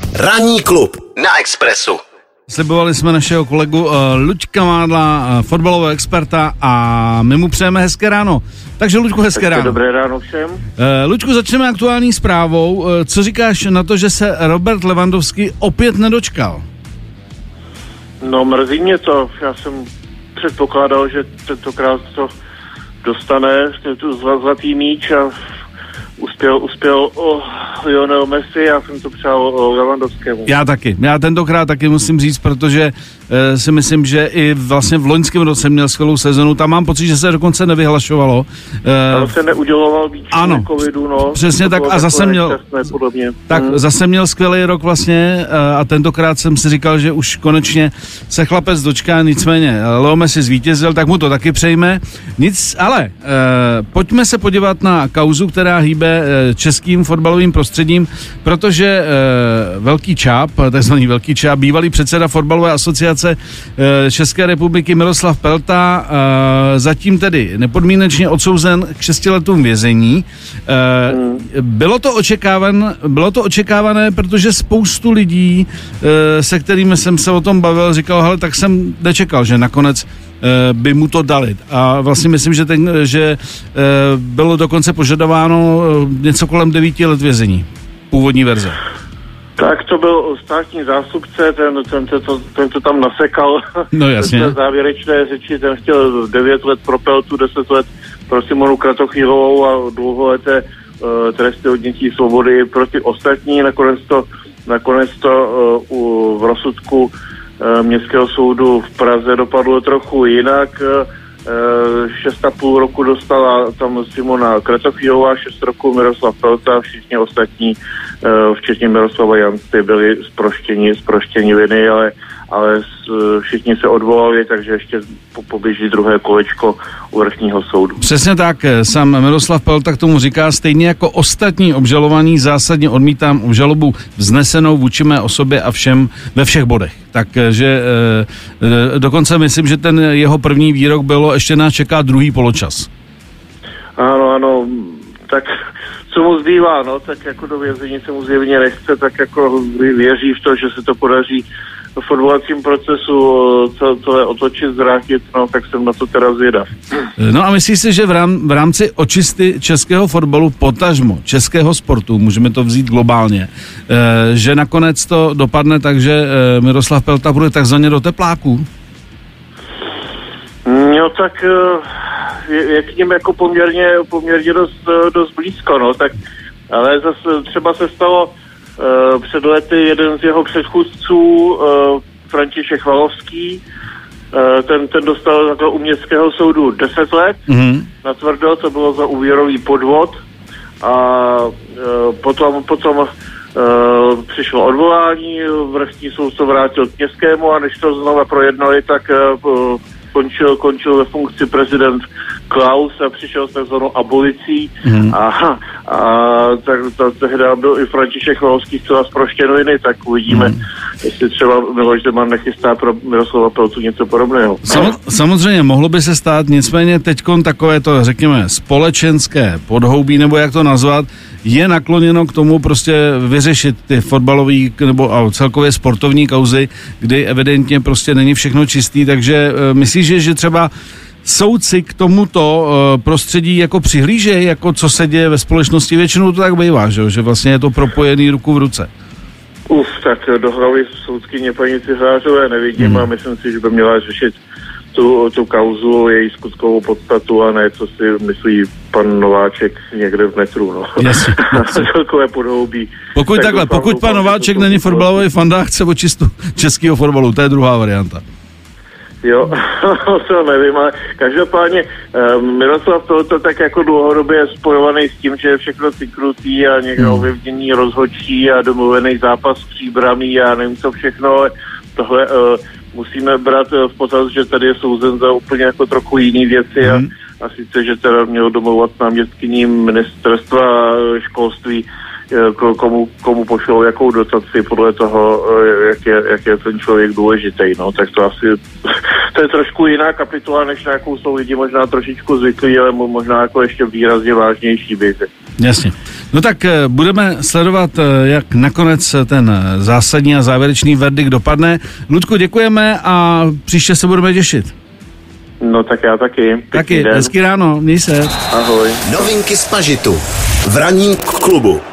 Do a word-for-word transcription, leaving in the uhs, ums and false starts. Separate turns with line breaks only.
Ranní klub na Expressu.
Slibovali jsme našeho kolegu uh, Luďka Mádla, uh, fotbalového experta, a my mu přejeme hezké ráno. Takže Luďku, hezké ráno.
Dobré ráno všem.
Uh, Luďku, začneme aktuální zprávou. Uh, co říkáš na to, že se Robert Lewandowski opět nedočkal?
No, mrzí mě to. Já jsem předpokládal, že tentokrát to dostane, tu zlatý míč, a uspěl, uspěl o Lionel Messi, já jsem to přál o Lewandowskému.
Já taky. Já tentokrát taky musím říct, protože uh, si myslím, že i vlastně v loňském roce měl skvělou sezonu. Tam mám pocit, že se dokonce nevyhlašovalo. Uh,
Ale se neuděloval víc
ano,
covidu, no.
Přesně tak, a zase měl, tak hmm. zase měl skvělý rok vlastně, uh, a tentokrát jsem si říkal, že už konečně se chlapec dočká, nicméně Leo Messi zvítězil, tak mu to taky přejme. Nic, ale uh, pojďme se podívat na kauzu, která hýbe českým fotbalovým prostředím, protože uh, Velký Čáp, takzvaný Velký Čáp, bývalý předseda fotbalové asociace uh, České republiky Miroslav Pelta, uh, zatím tedy nepodmínečně odsouzen k šesti letům vězení. Uh, hmm. Bylo to očekávan, bylo to očekávané, protože spoustu lidí, uh, se kterými jsem se o tom bavil, říkal, hele, tak jsem nečekal, že nakonec by mu to dali. A vlastně myslím, že, ten, že bylo dokonce požadováno něco kolem devíti let vězení. Původní verze.
Tak to byl státní zástupce, ten, ten, ten, ten, ten to tam nasekal.
No jasně.
Ten závěrečné řeči, ten chtěl devět let pro Peltu, deset let pro Simonu Kratochvílovou a dlouholeté uh, tresty odnětí svobody pro ty ostatní. Nakonec to, nakonec to uh, u, v rozsudku Městského soudu v Praze dopadlo trochu jinak. Šest a půl roku dostala tam Simona Kratochvílová, šest roků Miroslav Pelta, všichni ostatní, včetně Miroslava Janty, byli zproštěni, zproštěni viny, ale, ale všichni se odvolali, takže ještě poběží druhé kolečko u vrchního soudu.
Přesně tak, sám Miroslav Pelta k tomu říká, stejně jako ostatní obžalovaní zásadně odmítám obžalobu vznesenou vůči mé osobě a všem ve všech bodech. Takže e, dokonce myslím, že ten jeho první výrok bylo, ještě nás čeká druhý poločas.
Ano, ano, tak co mu zbývá, no, tak jako do vězení se mu zjevně nechce, tak jako věří v to, že se to podaří v odvolacím procesu celé otočit, zvrátit, no, tak jsem na to teda zvědav.
No a myslíš si, že v, rám, v rámci očisty českého fotbalu, potažmo českého sportu, můžeme to vzít globálně, e, že nakonec to dopadne tak, že e, Miroslav Pelta bude takzvaně do tepláků?
No tak je, je k ním jako poměrně, poměrně dost, dost blízko, no, tak, ale zase třeba se stalo Uh, před lety jeden z jeho předchůdců, uh, František Chvalovský, uh, ten, ten dostal takhle u Městského soudu deset let, mm-hmm. na tvrdo, to bylo za úvěrový podvod, a uh, potom, potom uh, přišlo odvolání, vrchní soud to vrátil k Městskému, a než to znova projednali, tak uh, končil, končil ve funkci prezident Klaus a přišel s takzvanou abolicí, hmm. a, a tak to tehdy byl i František Chvalovský zcela zproštěn viny, tak uvidíme, hmm. jestli třeba Miloš Zeman nechystá pro Miroslava Peltu něco podobného.
Sam, samozřejmě mohlo by se stát, nicméně teďkon takové to, řekněme, společenské podhoubí, nebo jak to nazvat, je nakloněno k tomu prostě vyřešit ty fotbalový nebo a celkově sportovní kauzy, kdy evidentně prostě není všechno čistý, takže uh, myslíš, že, že třeba soudci k tomuto uh, prostředí jako přihlížejí, jako co se děje ve společnosti, většinou to tak bývá, že, že vlastně je to propojený ruku v ruce.
Uf, tak do hlavy soudkyně paní Cihlářové nevidím, hmm. a myslím si, že by měla řešit tu, tu kauzu, její skutkovou podstatu, a ne, co si myslí pan Nováček někde v metru, no.
Jasně.
Celkové podhoubí.
Pokud tak takhle, pokud pan Nováček není fotbalový fanda, chce očistu českého fotbalu, to je druhá varianta.
Jo, to nevím, ale každopádně um, Miroslav Pelta tak jako dlouhodobě je spojovaný s tím, že je všechno cyklutý a někdo ovlivněný rozhodčí a domluvený zápas s Příbrami a nevím co všechno, ale tohle uh, musíme brát v potaz, že tady je souzen za úplně jako trochu jiný věci, mm. a, a sice, že teda měl domluvat s náměstkyním ministerstva školství, komu, komu pošlou jakou dotaci podle toho, jak je, jak je ten člověk důležitý, no, tak to asi, to je trošku jiná kapitola, než na jakou jsou lidi možná trošičku zvyklí, ale možná jako ještě výrazně vážnější věci.
Jasně. No tak budeme sledovat, jak nakonec ten zásadní a závěrečný verdikt dopadne. Ludku, děkujeme a příště se budeme těšit.
No tak já taky. Pěkný
taky,
den.
hezky ráno, měj se.
Ahoj.
Novinky z pažitu v ranním klubu.